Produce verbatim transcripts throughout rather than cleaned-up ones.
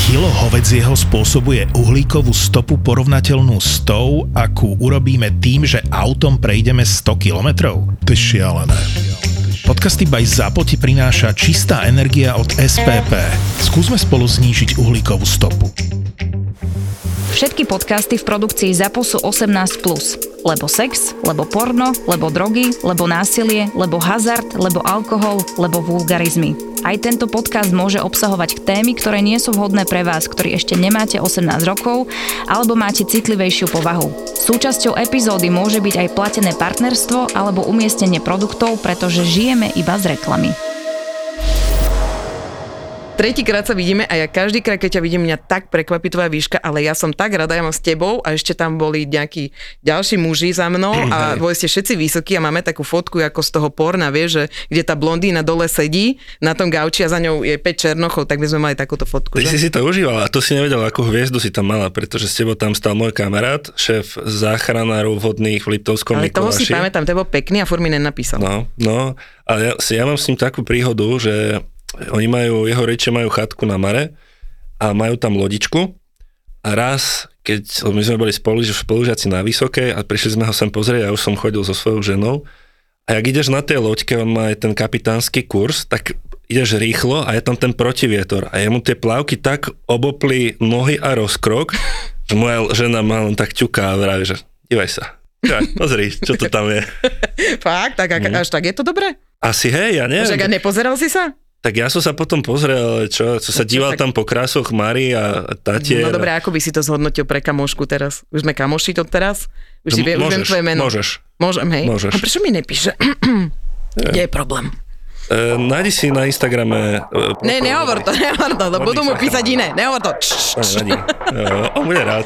Kilo hovedzieho spôsobuje uhlíkovú stopu porovnateľnú s tou, akú urobíme tým, že autom prejdeme sto kilometrov. To je šialené. Podcasty by ZAPO ti prináša čistá energia od es pé pé. Skúsme spolu znížiť uhlíkovú stopu. Všetky podcasty v produkcii ZAPO sú osemnásť plus. Lebo sex, lebo porno, lebo drogy, lebo násilie, lebo hazard, lebo alkohol, lebo vulgarizmy. Aj tento podcast môže obsahovať témy, ktoré nie sú vhodné pre vás, ktorí ešte nemáte osemnásť rokov alebo máte citlivejšiu povahu. Súčasťou epizódy môže byť aj platené partnerstvo alebo umiestnenie produktov, pretože žijeme iba z reklamy. Tretíkrát sa vidíme a ja každýkrát, keď ťa vidím, mňa tak prekvapí tvoja výška, ale ja som tak rada, ja mám s tebou a ešte tam boli nejakí ďalší muži za mnou a boli ste všetci vysokí a máme takú fotku ako z toho porna, vieš, že kde tá blondína dole sedí na tom gauči a za ňou je päť černochov, tak by sme mali takúto fotku. Ty že? si si to užívala a to si nevedela, akú hviezdu si tam mala, pretože s tebou tam stal môj kamarát, šéf záchranárov vodných v Liptovskom ale toho Mikuláši. si pamätám, to bol pekný a furt mi nenapísal. No, no, ale ja, ja mám s ním takú príhodu, že oni majú, jeho rodičia majú chatku na Mare a majú tam lodičku a raz, keď my sme boli spolu, spolužiaci na Vysokej a prišli sme ho sem pozrieť, ja už som chodil so svojou ženou a jak ideš na tej loďke, on má aj ten kapitánsky kurz, tak ideš rýchlo a je tam ten protivietor a jemu tie plavky tak obopli nohy a rozkrok, že moja žena ma len tak ťuká a vraví, že dívaj sa, dívaj, pozri, čo to tam je. Fakt? Tak, mm. Až tak je to dobré? Asi hej, ja neviem. Však a nepozeral si sa? Tak ja som sa potom pozrel, čo, čo sa díval tak tam po krásoch Mary a Tatier. No dobré, ako by si to zhodnotil pre kamošku teraz? Už sme kamoši to teraz? Už si vie, môžeš, už viem tvoje meno. Môžeš. Môžem, hej? Môžeš. A prečo mi nepíše? Kde je problém? E, nájdi si na Instagrame... E, ne, nehovor to, nehovor to, budú mu písať iné. Nehovor to. Ne, on bude rád.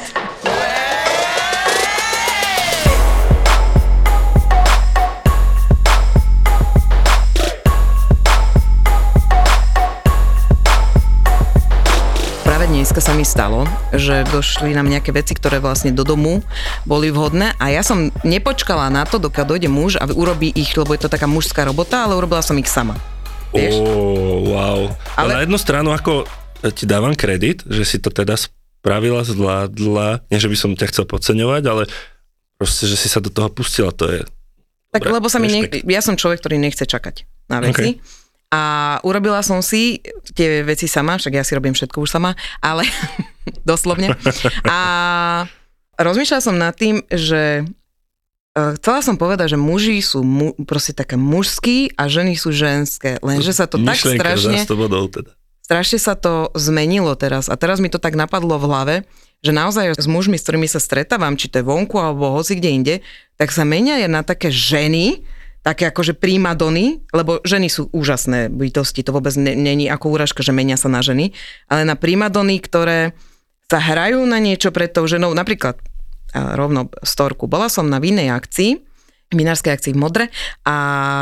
Dneska sa mi stalo, že došli nám nejaké veci, ktoré vlastne do domu boli vhodné a ja som nepočkala na to, dokiaľ dojde muž a urobí ich, lebo je to taká mužská robota, ale urobila som ich sama. Vieš? Ó, wow. Ale... A na jednu stranu, ako ti dávam kredit, že si to teda spravila, zvládla, nie že by som ťa chcel podceňovať, ale proste, že si sa do toho pustila, to je... Tak dobre, lebo sa mi nech... ja som človek, ktorý nechce čakať na veci. Okay. A urobila som si tie veci sama, však ja si robím všetko už sama, ale doslovne. A rozmýšľala som nad tým, že chcela som povedať, že muži sú mu, proste také mužskí a ženy sú ženské, lenže sa to tak strašne... Teda. Strašne sa to zmenilo teraz a teraz mi to tak napadlo v hlave, že naozaj s mužmi, s ktorými sa stretávam, či to je vonku alebo hoci kde inde, tak sa menia na také ženy, také akože primadony, lebo ženy sú úžasné bytosti, to vôbec není ako úražka, že menia sa na ženy, ale na primadony, ktoré sa hrajú na niečo pred tou ženou, napríklad rovno storku. Bola som na vinnej akcii, vinárskej akcii v Modre a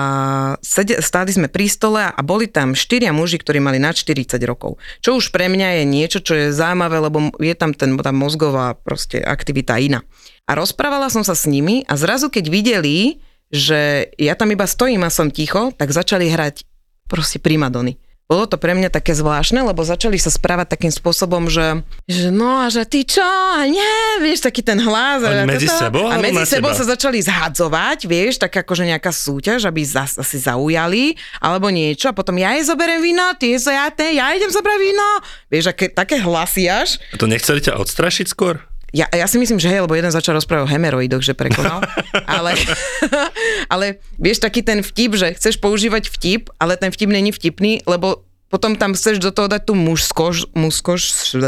sedi, stáli sme pri stole a boli tam štyria muži, ktorí mali nad štyridsať rokov. Čo už pre mňa je niečo, čo je zaujímavé, lebo je tam ten, tá mozgová proste aktivita iná. A rozprávala som sa s nimi a zrazu keď videli, že ja tam iba stojím a som ticho, tak začali hrať proste primadony. Bolo to pre mňa také zvláštne, lebo začali sa správať takým spôsobom, že, že no a že ty čo, a nie, vieš, taký ten hlas. A medzi toto, sebou? A medzi sebou sa začali zhadzovať, vieš, tak akože nejaká súťaž, aby zas, asi zaujali, alebo niečo, a potom ja jej zoberiem víno, ty je ja, ja idem zobrať víno, vieš, aké, také hlasy až. A to nechceli ťa odstrašiť skôr? Ja, ja si myslím, že hej, lebo jeden začal rozprávať o hemeroidoch, že prekonal, ale, ale vieš, taký ten vtip, že chceš používať vtip, ale ten vtip není vtipný, lebo potom tam chceš do toho dať tú mužskož, mužskož,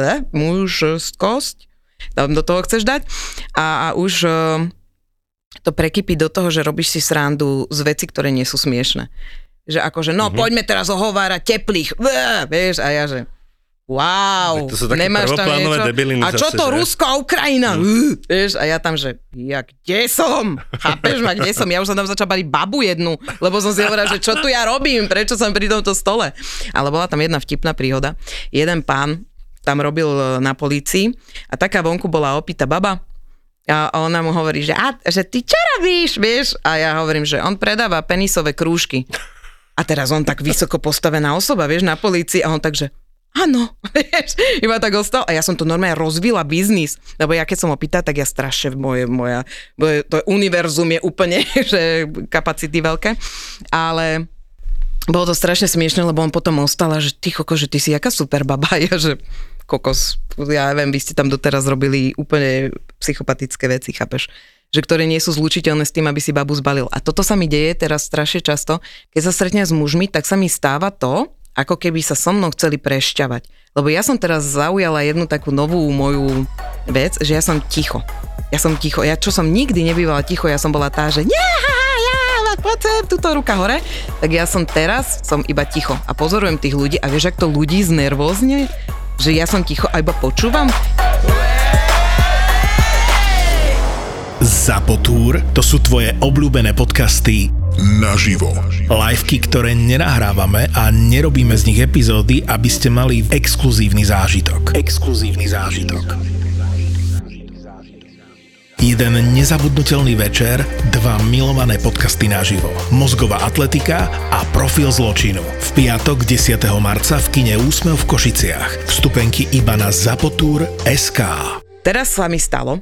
mužskosť, tam do toho chceš dať a, a už uh, to prekypí do toho, že robíš si srandu z veci, ktoré nie sú smiešné. Že akože, no uh-huh. poďme teraz ohovárať teplých, Bá, vieš, a ja že wow, nemáš tam niečo. A čo to, Rusko a Ukrajina? Mm. Vieš, a ja tam, že ja kde som? Chápeš ma, kde som? Ja už som tam začala baliť babu jednu, lebo som si hovorila, že čo tu ja robím? Prečo som pri tomto stole? Ale bola tam jedna vtipná príhoda. Jeden pán tam robil na polícii a taká vonku bola opýta baba a ona mu hovorí, že, a, že ty čo robíš? Vieš? A ja hovorím, že on predáva penisové krúžky. A teraz on tak vysoko postavená osoba, vieš, na polícii a on tak, že áno, vieš, iba tak ostal. A ja som to normálne rozvila biznis, lebo ja keď som ho pýtala, tak ja strašne, moje, moja, moje, to univerzum je úplne, že kapacity veľké, ale bolo to strašne smiešne, lebo on potom ostal a že ty koko, že ty si jaká super baba, ja že kokos, ja neviem, vy ste tam doteraz robili úplne psychopatické veci, chápeš? Že ktoré nie sú zlučiteľné s tým, aby si babu zbalil. A toto sa mi deje teraz strašne často, keď sa stretnem s mužmi, tak sa mi stáva to, ako keby sa so mnou chceli prešťavať. Lebo ja som teraz zaujala jednu takú novú moju vec, že ja som ticho. Ja som ticho. Ja čo som nikdy nebývala ticho, ja som bola tá, že nie, ja, poď sem, túto ruka hore. Tak ja som teraz, som iba ticho a pozorujem tých ľudí a vieš, ak to ľudí znervózne, že ja som ticho a iba počúvam. Zapotúr, to sú tvoje obľúbené podcasty naživo. Liveky, ktoré nenahrávame a nerobíme z nich epizódy, aby ste mali exkluzívny zážitok. Exkluzívny zážitok. Jeden nezabudnutelný večer, dva milované podcasty naživo. Mozgová atletika a Profil zločinu. V piatok desiateho marca v kine Úsmev v Košiciach. Vstupenky iba na zapotúr bodka es ká. Teraz sa mi stalo,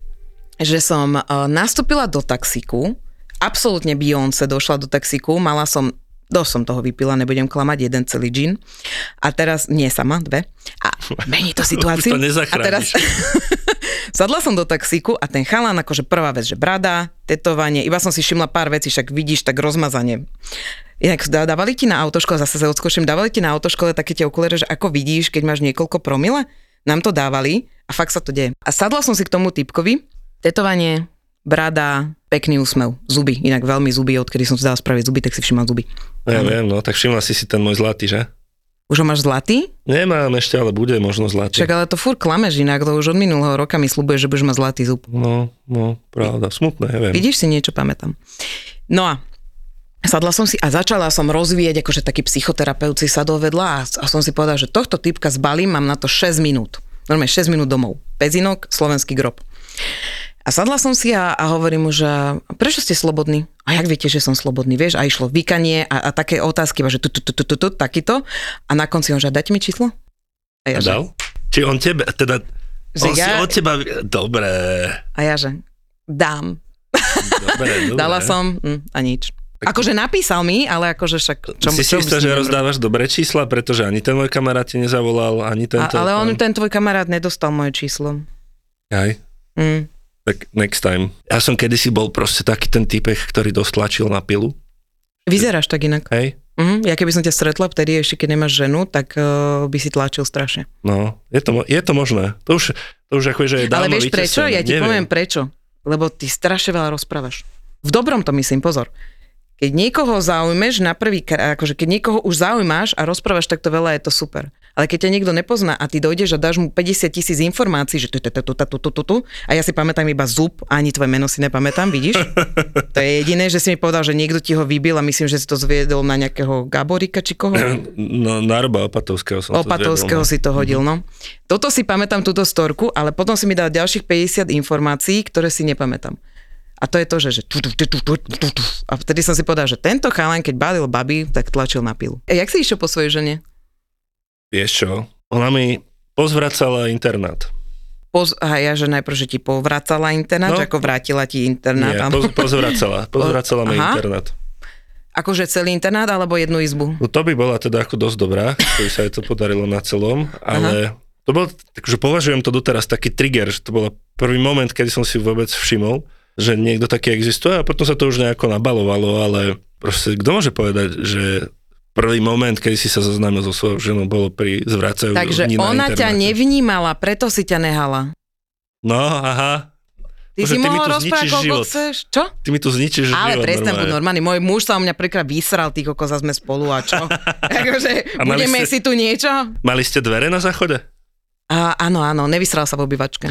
že som nastúpila do taxíku, absolútne Beyoncé došla do taxíku, mala som, dosť som toho vypila, nebudem klamať, jeden celý džin. A teraz, nie sama, dve. A mení to situáciu. Už to a teraz sadla som do taxíku a ten chalán, akože prvá vec, že brada, tetovanie, iba som si všimla pár vecí, však vidíš tak rozmazanie. Inak dávali ti na autoškole, zase sa odskočím, dávali ti na autoškole také tie okuliare, že ako vidíš, keď máš niekoľko promile? Nám to dávali a fakt sa to deje. A sadla som si k tomu typkovi, tetovanie, brada, pekný úsmev, zuby, inak veľmi zuby, odkedy som si dala spraviť zuby, tak si všimla zuby. Ja viem, no, tak všimla si si ten môj zlatý, že? Už ho máš zlatý? Nemám ešte, ale bude možno zlatý. Však ale to furt klameš inak, to už od minulého roka mi sľubuješ, že budeš mať zlatý zub. No, no, pravda, smutné, neviem. Vidíš, si niečo pamätám. No a sadla som si a začala som rozvíjať, akože taký psychoterapeut si sadol vedľa a, a som si povedala, že tohto typka zbalím, mám na to šesť minút. Normálne šesť minút domov. Pezinok, slovenský grob. A sadla som si a, a hovorím mu, že prečo ste slobodní? A jak viete, že som slobodný, vieš? A išlo vykanie a, a také otázky, že tu, tu, tu, tu, tu, tu, takýto. A na konci on, že dajte mi číslo? A ja, dal? Že... Či on tebe, teda, že on ja... si od teba, dobre. A ja, že dám. Dobre, dobre. Dala som hm, a nič. Tak... Akože napísal mi, ale akože však... Čo, si si istá, že rozdávaš dobré čísla, pretože ani ten môj kamarát ti nezavolal, ani tento... A, ale on, ten tvoj kamarát nedostal moje číslo. Aj? Mm. Tak next time. Ja som kedysi bol proste taký ten typek, ktorý dosť na pilu. Vyzeráš tak inak. Hej. Mhm, ja keby som ťa stretla vtedy, ešte keď nemáš ženu, tak uh, by si tlačil strašne. No, je to, je to možné. To už, to už akože je dávno. Ale vieš prečo? Ja ti neviem. poviem prečo. Lebo ty strašne veľa rozprávaš. V dobrom to myslím, pozor. Keď niekoho zaujmeš na prvý krát, akože keď niekoho už zaujímaš a rozprávaš takto veľa, je to super. Ale keď ťa niekto nepozná a ty dojdeš a dáš mu päťdesiat tisíc informácií, že tu, tu, tu, tu, tu, tu, tu, tu, a ja si pamätám iba zub, ani tvoje meno si nepamätám, vidíš? To je jediné, že si mi povedal, že niekto ti ho vybil a myslím, že si to zviedol na nejakého Gaborika či koho? No, na Roba Opatovského som Opatovského to zviedol, si to hodil, no. Toto si pamätám, túto storku, ale potom si mi dal ďalších päťdesiat informácií, ktoré si nepamätám. A to je to, že, že tu, tu, tu, tu, tu, tu, tu. A vtedy som si povedal, že tento chalan, keď balil baby, tak tlačil na pilu. A jak si išiel po svojej žene? Vieš čo? Ona mi pozvracala internát. Poz, aha, ja, že najprv, že ti povracala internát, no, že ako vrátila ti internát. Nie, poz, pozvracala. Pozvracala mi internát. Akože celý internát, alebo jednu izbu? No to by bola teda ako dosť dobrá, keby sa jej to podarilo na celom, ale aha. To bol, takže považujem to doteraz taký trigger, že to bol prvý moment, kedy som si vôbec všimol, že niekto taký existuje a potom sa to už nejako nabalovalo, ale proste kto môže povedať, že prvý moment, keď si sa zoznámil so svojou ženou, bolo pri zvracajú Takže dní na ona internáte. Ťa nevnímala, preto si ťa nehala. No, aha. Ty Bože, si ty mohol rozprávať, koľko chceš. Čo? Ty mi tu zničíš Ale život. Ale presne buď normálny. Môj muž sa o mňa prekrát vysral, ty kokos, sme spolu a čo? Takže budeme ste, si tu niečo? Mali ste dvere na záchode? A, áno, áno, nevysral sa v obývačke.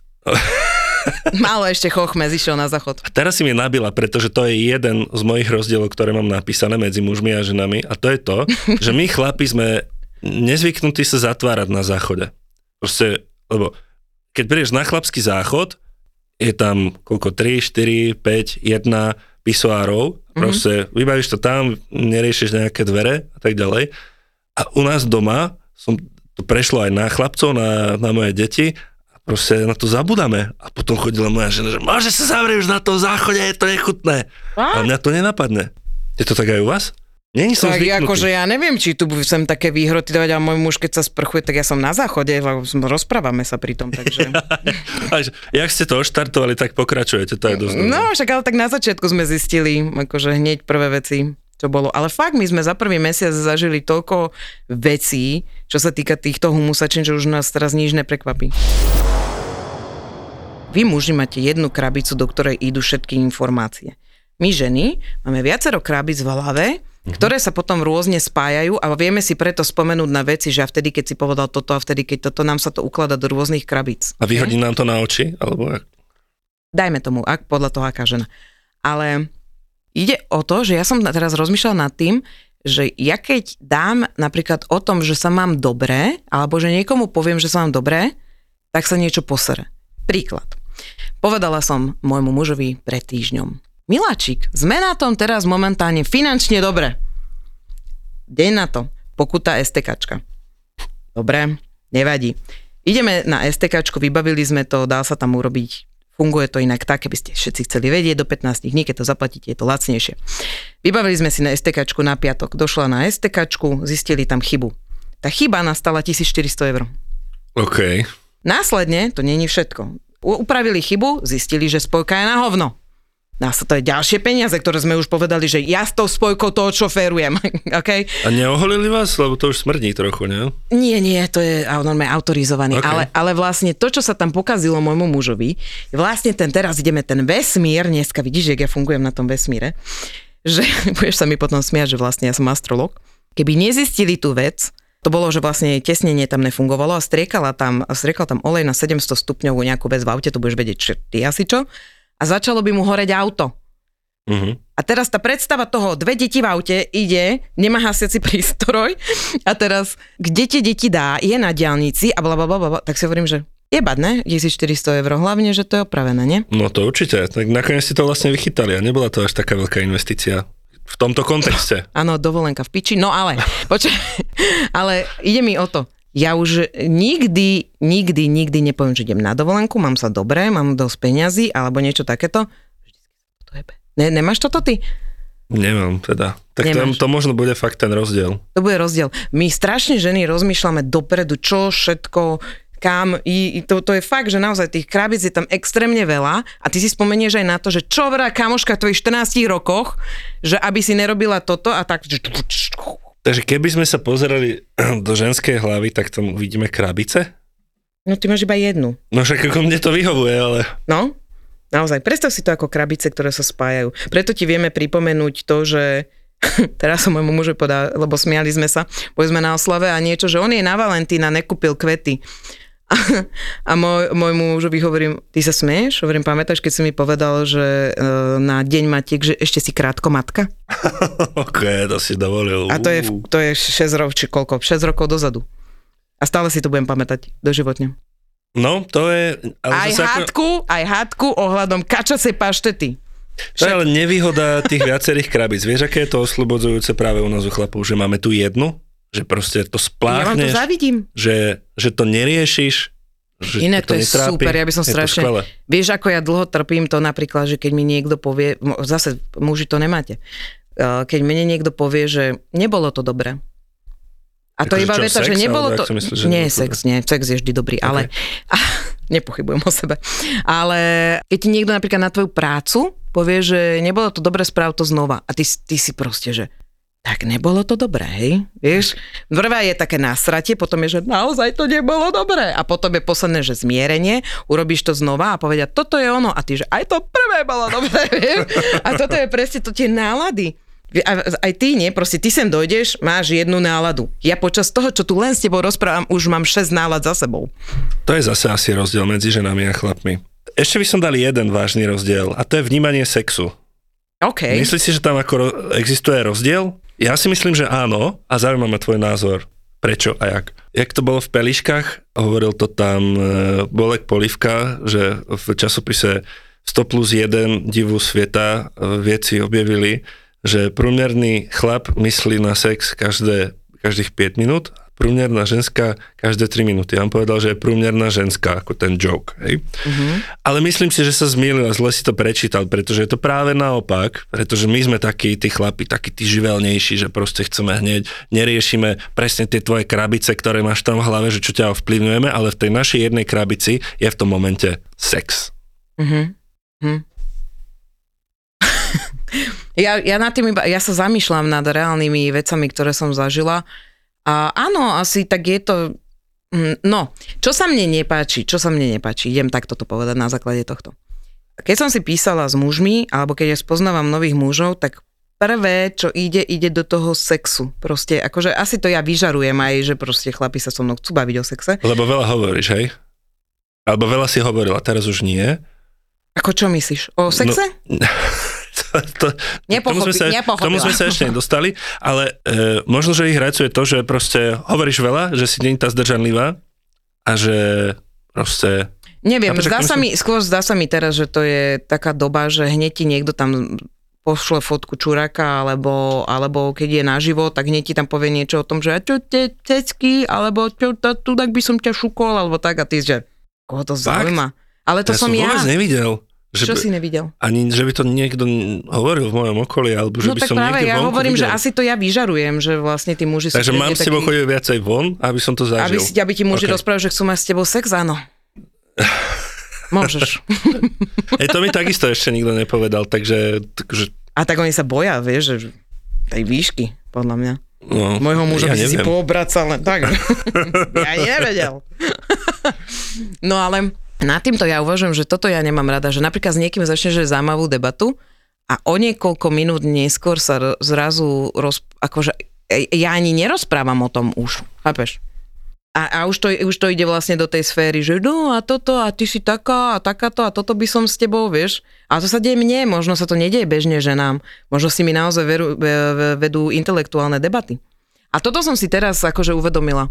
Málo ešte chochme, zišiel na záchod. A teraz si mi nabila, pretože to je jeden z mojich rozdielov, ktoré mám napísané medzi mužmi a ženami a to je to, že my chlapi sme nezvyknutí sa zatvárať na záchode. Proste, lebo keď prídeš na chlapský záchod, je tam koľko, tri, štyri, päť, jedna pisoárov, proste mm-hmm. vybavíš to tam, neriešiš nejaké dvere a tak ďalej. A u nás doma som to prešlo aj na chlapcov, na, na moje deti. Proste na to zabudáme. A potom chodila moja žena, že môže sa zavrieť už na tom záchode, je to nechutné. A mňa to nenapadne. Je to tak aj u vás? Nie som tak zvyknutý. Akože ja neviem, či tu chcem také výhroty dávať, ale môj muž, keď sa sprchuje, tak ja som na záchode, rozprávame sa pri tom, takže... Až, jak ste to oštartovali, tak pokračujete, to je dosť. No, však ale tak na začiatku sme zistili, akože hneď prvé veci, čo bolo. Ale fakt, my sme za prvý mesiac zažili toľko vecí, čo sa týka týchto humusačín, že už nás teraz nič neprekvapí. Vy muži máte jednu krabicu, do ktorej idú všetky informácie. My ženy máme viacero krabic v hlave, ktoré sa potom rôzne spájajú a vieme si preto spomenúť na veci, že a vtedy, keď si povedal toto a vtedy, keď toto, nám sa to ukladá do rôznych krabíc. A vyhodí nám to na oči? Alebo jak? Dajme tomu, ak, podľa toho, aká žena. Ale ide o to, že ja som teraz rozmýšľala nad tým, že ja keď dám napríklad o tom, že sa mám dobré, alebo že niekomu poviem, že sa mám dobré, tak sa niečo posere. Príklad. Povedala som môjmu mužovi pred týždňom. Miláčik, sme na tom teraz momentálne finančne dobre. Deň na to. Pokuta STKčka. Dobre, nevadí. Ideme na STKčku, vybavili sme to, dá sa tam urobiť. Funguje to inak tak, keby ste všetci chceli vedieť, do pätnásť dní, keď to zaplatíte, je to lacnejšie. Vybavili sme si na STKčku na piatok. Došla na STKčku, zistili tam chybu. Tá chyba nastala tisícštyristo eur. OK. Následne, to nie je všetko. Upravili chybu, zistili, že spojka je na hovno. Nás to je ďalšie peniaze, ktoré sme už povedali, že ja s tou spojkou toho šoférujem. Okay? A neoholili vás? Lebo to už smrdí trochu, nie? Nie, nie, to je normálne autorizovaný. Okay. Ale, ale vlastne to, čo sa tam pokazilo môjmu mužovi, vlastne ten, teraz ideme ten vesmír, dneska vidíš, jak ja fungujem na tom vesmíre, že budeš sa mi potom smiať, že vlastne ja som astrolog. Keby nezistili tú vec, to bolo, že vlastne tesnenie tam nefungovalo a striekala tam, striekal tam olej na sedemsto stupňov nejakú vec v aute, to budeš vedieť, čo, ty asi čo. A začalo by mu horeť auto. Uh-huh. A teraz tá predstava toho, dve deti v aute, ide, nemá hasiaci prístroj a teraz, kde tie deti dá, je na diaľnici a blablabla, tak si hovorím, že jebať, ne? tisícštyristo eur, hlavne, že to je opravené, nie? No to určite, tak nakoniec si to vlastne vychytali a nebola to až taká veľká investícia v tomto kontexte. Áno, dovolenka v piči, no ale, počkaj, ale ide mi o to. Ja už nikdy, nikdy, nikdy nepoviem, že idem na dovolenku, mám sa dobre, mám dosť peňazí, alebo niečo takéto. Ne, nemáš toto ty? Nemám teda. Tak to, to možno bude fakt ten rozdiel. To bude rozdiel. My strašne ženy rozmýšľame dopredu, čo všetko, kam. I, to, to je fakt, že naozaj tých krabíc je tam extrémne veľa a ty si spomenieš aj na to, že čo vrá kamoška v tvojich štrnástich rokoch, že aby si nerobila toto a tak... Takže keby sme sa pozerali do ženskej hlavy, tak tam vidíme krabice? No ty máš iba jednu. No však ako mne to vyhovuje, ale... No, naozaj, predstav si to ako krabice, ktoré sa spájajú. Preto ti vieme pripomenúť to, že teraz som môjmu mužu povedal, lebo smiali sme sa, boli sme na oslave a niečo, že on je na Valentína, nekúpil kvety. A, a môj, môj mužovi hovorím, ty sa smieš? Hovorím, pamätáš, keď si mi povedal, že e, na deň matiek, že ešte si krátko matka? Ok, to si dovolil. A to je, to je šesť rokov, či koľko? šesť rokov dozadu. A stále si to budem pamätať doživotne. No, to je... Ale aj hádku, ako... aj hádku ohľadom kačacej paštety. To je ale nevýhoda tých viacerých krabíc. Vieš, aké je to oslobodzujúce práve u nás u chlapov, že máme tu jednu, že proste to spláchneš, ja vám to zavidím. Že, že to neriešiš, že inak to, to je netrápi. Super, ja by som je strašne... Vieš, ako ja dlho trpím to napríklad, že keď mi niekto povie, zase muži to nemáte, keď mne niekto povie, že nebolo to dobré. A to ako, iba čo, veta, sex, že nebolo to... Myslíš, že nie, to sex, nie, sex je vždy dobrý, okay. Ale... Nepochybujem o sebe. Ale keď ti niekto napríklad na tvoju prácu povie, že nebolo to dobré, správ to znova. A ty, ty si proste, že tak nebolo to dobré, hej? Vieš? Prvé je také násratie, potom je, že naozaj to nebolo dobré. A potom je posledné, že zmierenie, urobíš to znova a povedia, toto je ono. A ty, že aj to prvé bolo dobré, vieš? A toto je presne to tie nálady. A aj ty, nie? Proste ty sem dojdeš, máš jednu náladu. Ja počas toho, čo tu len s tebou rozprávam, už mám šesť nálad za sebou. To je zase asi rozdiel medzi ženami a chlapmi. Ešte by som dal jeden vážny rozdiel a to je vnímanie sexu. OK. Myslíš si, že tam ako existuje rozdiel? Ja si myslím, že áno a zaujíma ma tvoj názor. Prečo a jak? Jak to bolo v Peliškách, hovoril to tam Bolek Polivka, že v časopise sto plus jeden divu sveta viedci objavili, že průměrný chlap myslí na sex každé, každých päť minút, průměrná ženská každé tri minúty. On povedal, že je průměrná ženská, ako ten joke, hej. Mm-hmm. Ale myslím si, že sa zmýlil a zle si to prečítal, pretože je to práve naopak, pretože my sme takí, tí chlapi, takí tí živelnejší, že proste chceme hneď, neriešime presne tie tvoje krabice, ktoré máš tam v hlave, že čo ťa ovplyvňujeme, ale v tej našej jednej krabici je v tom momente sex. Mhm. Hm. ja, ja, nad tým iba, ja sa zamýšľam nad reálnymi vecami, ktoré som zažila. A áno, asi tak je to... No, čo sa mne nepáči, čo sa mne nepáči, idem takto to povedať na základe tohto. Keď som si písala s mužmi, alebo keď ja spoznávam nových mužov, tak prvé, čo ide, ide do toho sexu. Proste, akože asi to ja vyžarujem aj, že proste chlapi sa so mnou chcú baviť o sexe. Lebo veľa hovoríš, hej? Alebo veľa si hovorila, teraz už nie. Ako čo myslíš? O sexe? No, to, to, tomu, sme sa, tomu sme sa ešte nedostali, ale e, možno, že ich rajcuje to, že proste hovoríš veľa, že si nie tá zdržanlivá a že proste... Neviem, zdá sa mi, skôr zdá sa mi teraz, že to je taká doba, že hneď ti niekto tam pošle fotku čuráka, alebo, alebo keď je naživo, tak hneď ti tam povie niečo o tom, že a čo tie cecky, alebo čo to, tu tak by som ťa šukol, alebo tak a ty, že koho to zaujíma. Ale to ja som, som ja. Ja som nevidel. Čo by, si nevidel? Ani, že by to niekto hovoril v mojom okolí, alebo že no, by som niekde ja vonku hovorím, videl. že asi to ja vyžarujem, že vlastne tí muži sú... Takže mám s tebou chodiť viacej von, aby som to zažil. Aby, si, aby ti muži okay. rozprávali, že chcú mať s tebou sex, áno. Môžeš. Ej, to mi takisto ešte nikto nepovedal, takže... takže... A tak oni sa boja, vieš, že tej výšky, podľa mňa. No, Mojho muža ja by si poobracal len tak. Ja nevedel. No ale... Na týmto ja uvažujem, že toto ja nemám rada, že napríklad s niekým začneš zaujímavú debatu a o niekoľko minút neskôr sa zrazu roz, akože ja ani nerozprávam o tom už, chápeš? A, a už, to, už to ide vlastne do tej sféry, že no a toto a ty si taká a takáto a toto by som s tebou, vieš? A to sa deje mne, možno sa to nedieje bežne ženám, možno si mi naozaj veru, vedú intelektuálne debaty. A toto som si teraz akože uvedomila.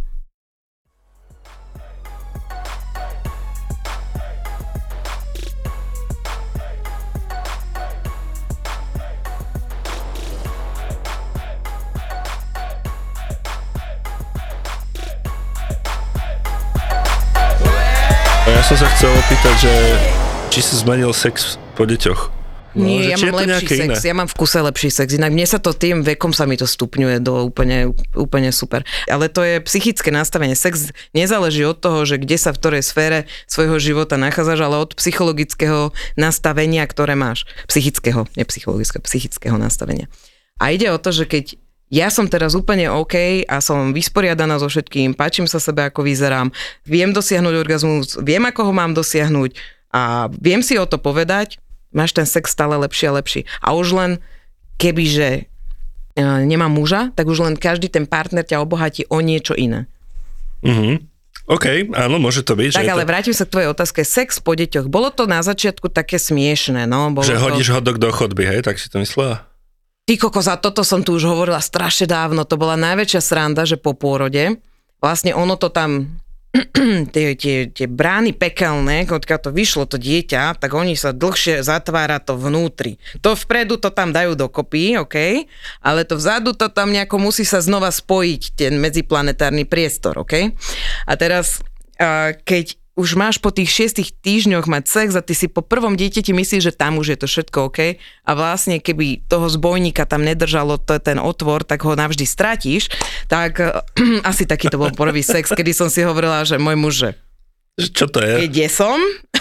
Ja som sa chcel opýtať, že či si zmenil sex po deťoch. No, nie, ja mám lepší sex, iné? ja mám v kuse lepší sex, inak mne sa to tým vekom sa mi to stupňuje do úplne, úplne super. Ale to je psychické nastavenie. Sex nezáleží od toho, že kde sa v ktorej sfére svojho života nachádzaš, ale od psychologického nastavenia, ktoré máš. Psychického, nie psychologického, psychického nastavenia. A ide o to, že keď ja som teraz úplne OK a som vysporiadaná so všetkým, páčim sa sebe, ako vyzerám, viem dosiahnuť orgazmus, viem, ako ho mám dosiahnuť a viem si o to povedať, máš ten sex stále lepší a lepší. A už len kebyže nemám muža, tak už len každý ten partner ťa obohatí o niečo iné. Mhm. OK, áno, môže to byť. Tak, že ale to... vrátim sa k tvojej otázke. Sex po deťoch. Bolo to na začiatku také smiešné, no. Bolo že to... hodíš hodok do chodby, hej, tak si to myslela? Ty kokos, a toto som tu už hovorila strašne dávno, to bola najväčšia sranda, že po pôrode, vlastne ono to tam, tie, tie, tie brány pekelné, odkiaľ to vyšlo to dieťa, tak oni sa dlhšie zatvára to vnútri. To vpredu to tam dajú dokopy, OK, ale to vzadu to tam nejako musí sa znova spojiť, ten medziplanetárny priestor, OK. A teraz, keď už máš po tých šiestich týždňoch mať sex a ty si po prvom dieťati myslíš, že tam už je to všetko OK a vlastne keby toho zbojníka tam nedržalo to, ten otvor, tak ho navždy stratíš, tak uh, asi taký to bol prvý sex, kedy som si hovorila, že môj muž, že čo to je? Kde som?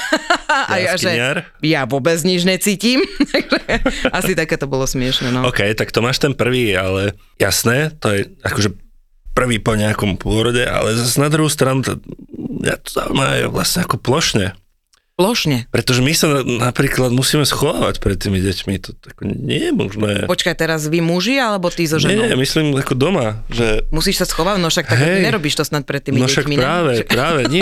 A ja, že ja vôbec nič necítim. Asi také to bolo smiešne, no. OK, tak to máš ten prvý, ale jasné, to je akože prvý po nejakom pôrode, ale zase na druhú stranu to, ja to zaujímavé vlastne ako plošne. Plošne? Pretože my sa napríklad musíme schovávať pred tými deťmi, to tako nie je možné. Počkaj, teraz vy muži, alebo ty so ženou? Nie, myslím ako doma, že... Musíš sa schovať, no však tak hej, nerobíš to snad pred tými no deťmi, však práve, ne? práve, nie.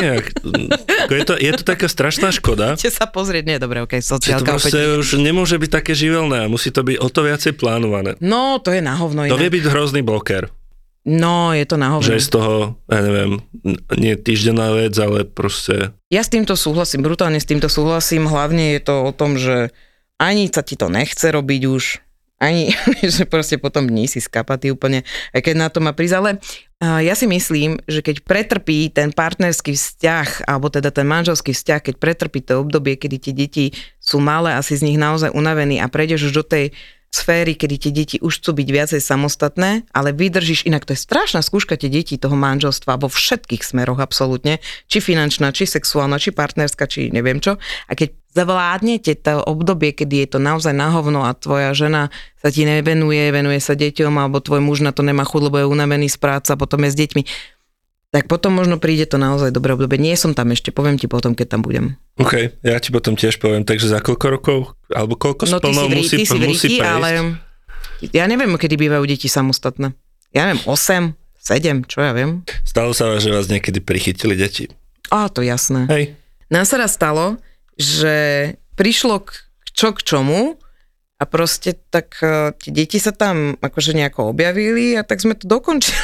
je, to, je to taká strašná škoda. Chcete sa pozrieť, nie, dobre, okej, okay, sociálka. To proste už nemôže byť také živelné a musí to byť o to viacej plánované. No, to je na hovno inak. To vie byť hrozný bloker. No, je to na hovno. Že z toho, ja neviem, nie týždenná vec, ale proste... Ja s týmto súhlasím, brutálne s týmto súhlasím, hlavne je to o tom, že ani sa ti to nechce robiť už, ani, že proste potom nie si skapatý úplne, aj keď na to má prísť, ale Ja si myslím, že keď pretrpí ten partnerský vzťah, alebo teda ten manželský vzťah, keď pretrpí to obdobie, kedy tie deti sú malé a si z nich naozaj unavení a prejdeš už do tej sféry, kedy tie deti už chcú byť viacej samostatné, ale vydržíš, inak to je strašná skúška tie deti toho manželstva vo všetkých smeroch absolútne, či finančná, či sexuálna, či partnerská, či neviem čo. A keď zavládnete to obdobie, kedy je to naozaj na hovno a tvoja žena sa ti nevenuje, venuje sa deťom, alebo tvoj muž na to nemá chuť, lebo je unavený z práce a potom je s deťmi, tak potom možno príde to naozaj dobré obdobie. Nie som tam ešte, poviem ti potom, keď tam budem. OK, ja ti potom tiež poviem, takže za koľko rokov, alebo koľko no, splnou musí, ty si v musí prejsť? Ale ja neviem, kedy bývajú deti samostatné. Ja neviem, osem, sedem, čo ja viem. Stalo sa, že vás niekedy prichytili deti? Á, to jasné. Hej. Nám sa raz stalo, že prišlo k čo k čomu a proste tak uh, tie deti sa tam akože nejako objavili a tak sme to dokončili.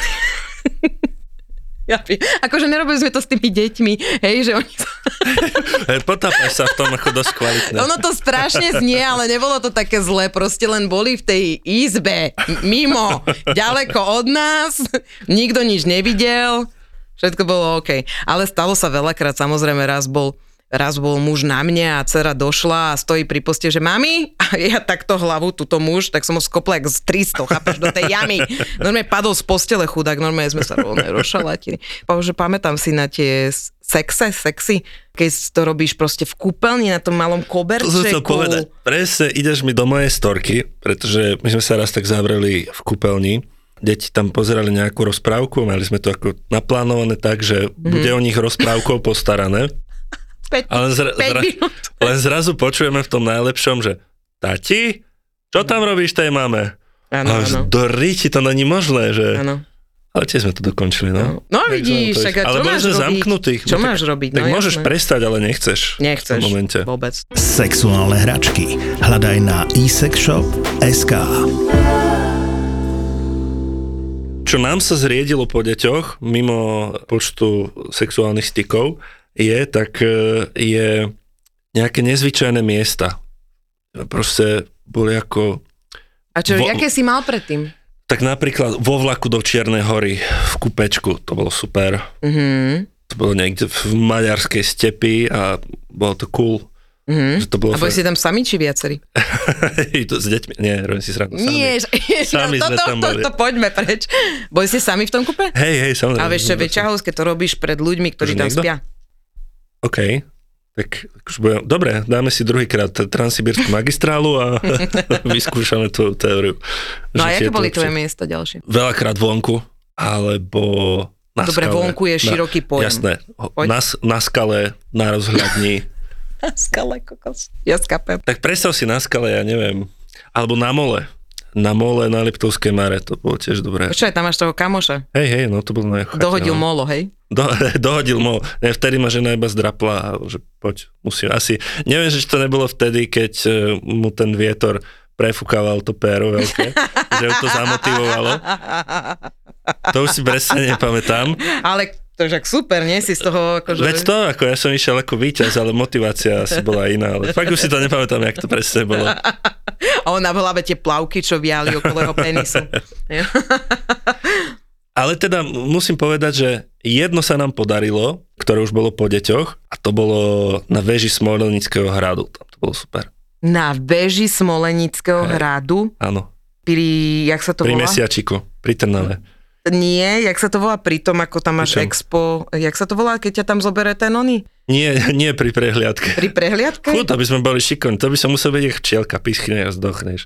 Ja, akože nerobili sme to s tými deťmi, hej, že oni... Potápaš sa v tom ako dosť kvalitné. Ono to strašne znie, ale nebolo to také zlé, proste len boli v tej izbe, mimo, ďaleko od nás, nikto nič nevidel, všetko bolo OK. Ale stalo sa veľakrát, samozrejme raz bol Raz bol muž na mne a dcera došla a stojí pri poste, že mami, a ja takto hlavu, tuto muž, tak som ho skopla jak z tristo, chápeš, do tej jamy. Normálne padol z postele chudák, normálne sme sa rovne rozšalatili. Že pamätám si na tie sexe, sexy, keď to robíš proste v kúpeľni na tom malom koberčeku. To som chcel povedať, presne ideš mi do mojej storky, pretože my sme sa raz tak zavreli v kúpeľni, deti tam pozerali nejakú rozprávku, mali sme to ako naplánované tak, že mm-hmm. bude o nich rozprávkou postarané. päť, ale zra, zra, len zrazu počujeme v tom najlepšom, že tati, čo tam robíš tej mame? Áno, áno. Do ríti, to není možné, že... Áno. Ale tiež sme to dokončili, no. No, no vidíš, čak, čo máš robiť? Zamknutí. Čo no, máš robiť? Tak no, môžeš jasné. prestať, ale nechceš. Nechceš, v tom momente. Vôbec. Sexuálne hračky. Hľadaj na e sex shop bodka es ká. Čo nám sa zriedilo po deťoch, mimo počtu sexuálnych stykov, je, tak je nejaké nezvyčajné miesta. Proste boli ako... A čo, vo, jaké si mal predtým? Tak napríklad vo vlaku do Čiernej Hory v kúpečku, to bolo super. Mhm. To bolo niekde v maďarskej stepi a bolo to cool. Mm-hmm. To bolo a boli si tam sami či viacerí? to s deťmi, nie, robím si srandu. Nie, sami no, sme to, tam to, boli. to, to poďme preč. Boli ste sami v tom kúpe? Hej, hej, samozrejme. A vieš čo, veď Čahovské to robíš pred ľuďmi, ktorí tam niekto? spia. OK, tak už budem, dobre, dáme si druhýkrát Transsibírskú magistrálu a vyskúšame tú teóriu. No a aké boli tvoje miesta ďalšie? Veľakrát vonku, alebo na Dobre, skale. vonku je široký pojem. Jasné, na, na skale, na rozhľadni. Na skale, kokos. Ja skapem. Tak predstav si na skale, ja neviem, alebo na mole. Na mole na Liptovskej Mare, to bolo tiež dobré. Počkaj, tam máš toho kamoša. Hej, hej, no to bolo na chate. Dohodil no. molo, hej? Do, dohodil molo. Ne, vtedy ma žena iba zdrapla, a že poď, musím asi. Neviem, že to nebolo vtedy, keď mu ten vietor prefúkával to péro veľké, že ju to zamotivovalo. To už si presne nepamätám. Ale to je super, nie? Si z toho akože... Veď to, ako ja som išiel ako víťaz, ale motivácia asi bola iná. Ale fakt už si to nepamätám, jak to presne bolo. A on na hlave tie plavky, čo viali okolo jeho penisu. Ale teda musím povedať, že jedno sa nám podarilo, ktoré už bolo po deťoch, a to bolo na veži Smolenického hradu. Tam to bolo super. Na veži Smolenického Hej. hradu? Áno. Pri, jak sa to pri volá? Pri Mesiačiku, pri Trnave. Nie, jak sa to volá pri tom, ako tam máš Pričom? expo, jak sa to volá, keď ťa tam zoberie ten oný? Nie, nie pri prehliadke. Pri prehliadke? Chud, aby sme boli šikovní, to by som musel byť jak včielka, pischne a zdochneš.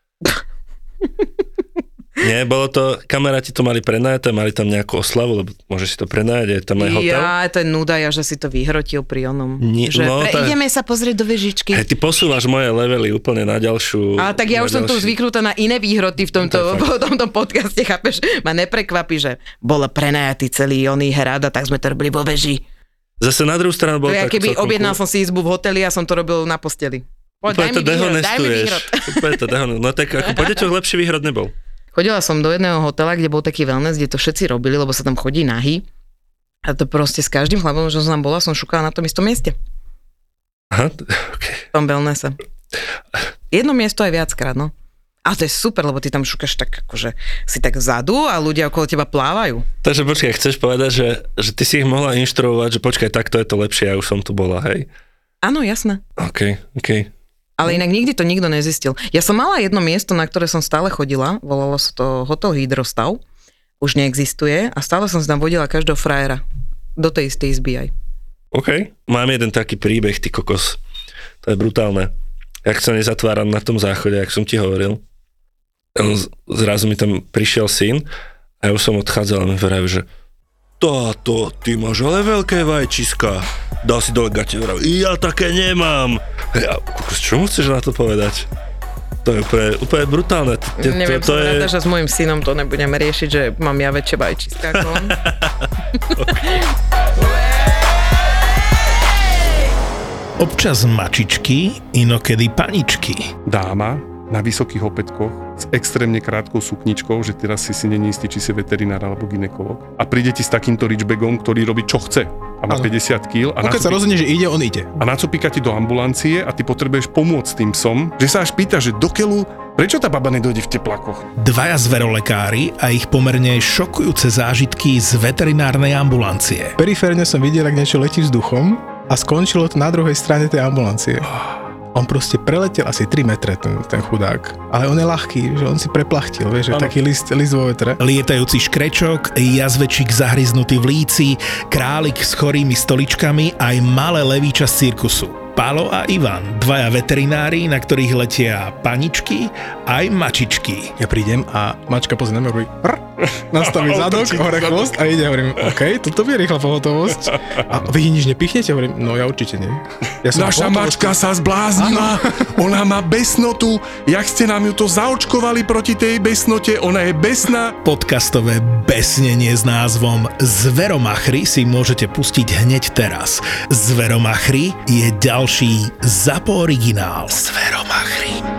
Nie, bolo to, kamaráti to mali prenajaté, mali tam nejakú oslavu, lebo môžeš si to prenajať, je tam aj hotel. Ja, to je nuda, ja, že si to vyhrotil pri onom. Nie, že no, pre, tá... ideme sa pozrieť do vežičky. Hej, ty posúvaš moje levely úplne na ďalšiu... A tak ja už som tu zvyknutá na iné výhroty v tomto, v tomto podcaste, chápeš? Ma neprekvapí, že bol prenajatý celý oný hrad a tak sme to robili vo veži. Zase na druhú stranu bol to ja, tak... keby objednal som si izbu v hoteli a som to robil na posteli. Poď, daj mi výhrod, daj mi výhrod. Úplne to dehonestuješ. No tak ako po deťoch lepší výhrod nebol. Chodila som do jedného hotela, kde bol taký wellness, kde to všetci robili, lebo sa tam chodí nahý. A to proste s každým chlapom, čo som tam bola, som šukala na tom istom mieste. Aha, okay. V tom wellnesse. Jedno miesto aj viackrát, no. A to je super, lebo ty tam šukáš tak akože si tak vzadu a ľudia okolo teba plávajú. Takže počkaj, chceš povedať, že, že ty si ich mohla inštruovať, že počkaj, takto je to lepšie, ja už som tu bola, hej? Áno, jasné. OK, OK. Ale inak nikdy to nikto nezistil. Ja som mala jedno miesto, na ktoré som stále chodila, volalo sa to Hotel Hydrostav, už neexistuje a stále som si tam vodila každého frajera. Do tej istej izby aj. OK. Mám jeden taký príbeh, ty kokos. To je brutálne. Jak sa nezatváram na tom záchode, jak som ti hovoril. Zrazu mi tam prišiel syn a ja už som odchádzal a mi vrajú, že táto, ty máš ale veľké vajčiska. Dal si dole gate, vrajú, ja také nemám. Ja, čo mu chceš na to povedať? To je úplne, úplne brutálne. To, Neviem, to, to som je... rada, že s môjim synom to nebudeme riešiť, že mám ja väčšie vajčiska ako on. Občas mačičky, inokedy paničky. Dáma na vysokých opätkoch s extrémne krátkou sukničkou, že teraz si si není istý, či si veterinár alebo gynekolog. A príde ti s takýmto reachbagom, ktorý robí čo chce. A má ano. päťdesiat kíl. A keď sa rozhodne, že ide, on ide. A nacopíka ti do ambulancie a ty potrebuješ pomôcť tým psom, že sa až pýta, že do keľu, prečo tá baba nedojde v teplakoch? Dvaja zverolekári a ich pomerne šokujúce zážitky z veterinárnej ambulancie. Periférne som videl, ak niečo letí vzduchom a skončilo to na druhej strane tej ambulancie. On proste preletel asi tri metre, ten, ten chudák. Ale on je ľahký, že on si preplachtil, vieš, že taký list, list vo vetre. Lietajúci škrečok, jazvečík zahryznutý v líci, králik s chorými stoličkami aj malé levíča z cirkusu. Palo a Ivan, dvaja veterinári, na ktorých letia paničky aj mačičky. Ja prídem a mačka pozrie na mňa, hovorí nastaví zadok, hore chvost a ide, hovorím, OK, toto je rýchla pohotovosť. A vy nič nepichnete? Hovorím, no ja určite nie. Ja Naša mačka sa zbláznila, ona má besnotu, jak ste nám ju to zaočkovali proti tej besnote, ona je besná. Podcastové besnenie s názvom Zveromachry si môžete pustiť hneď teraz. Zveromachry je ďalší ZAPO originál. Zveromachry.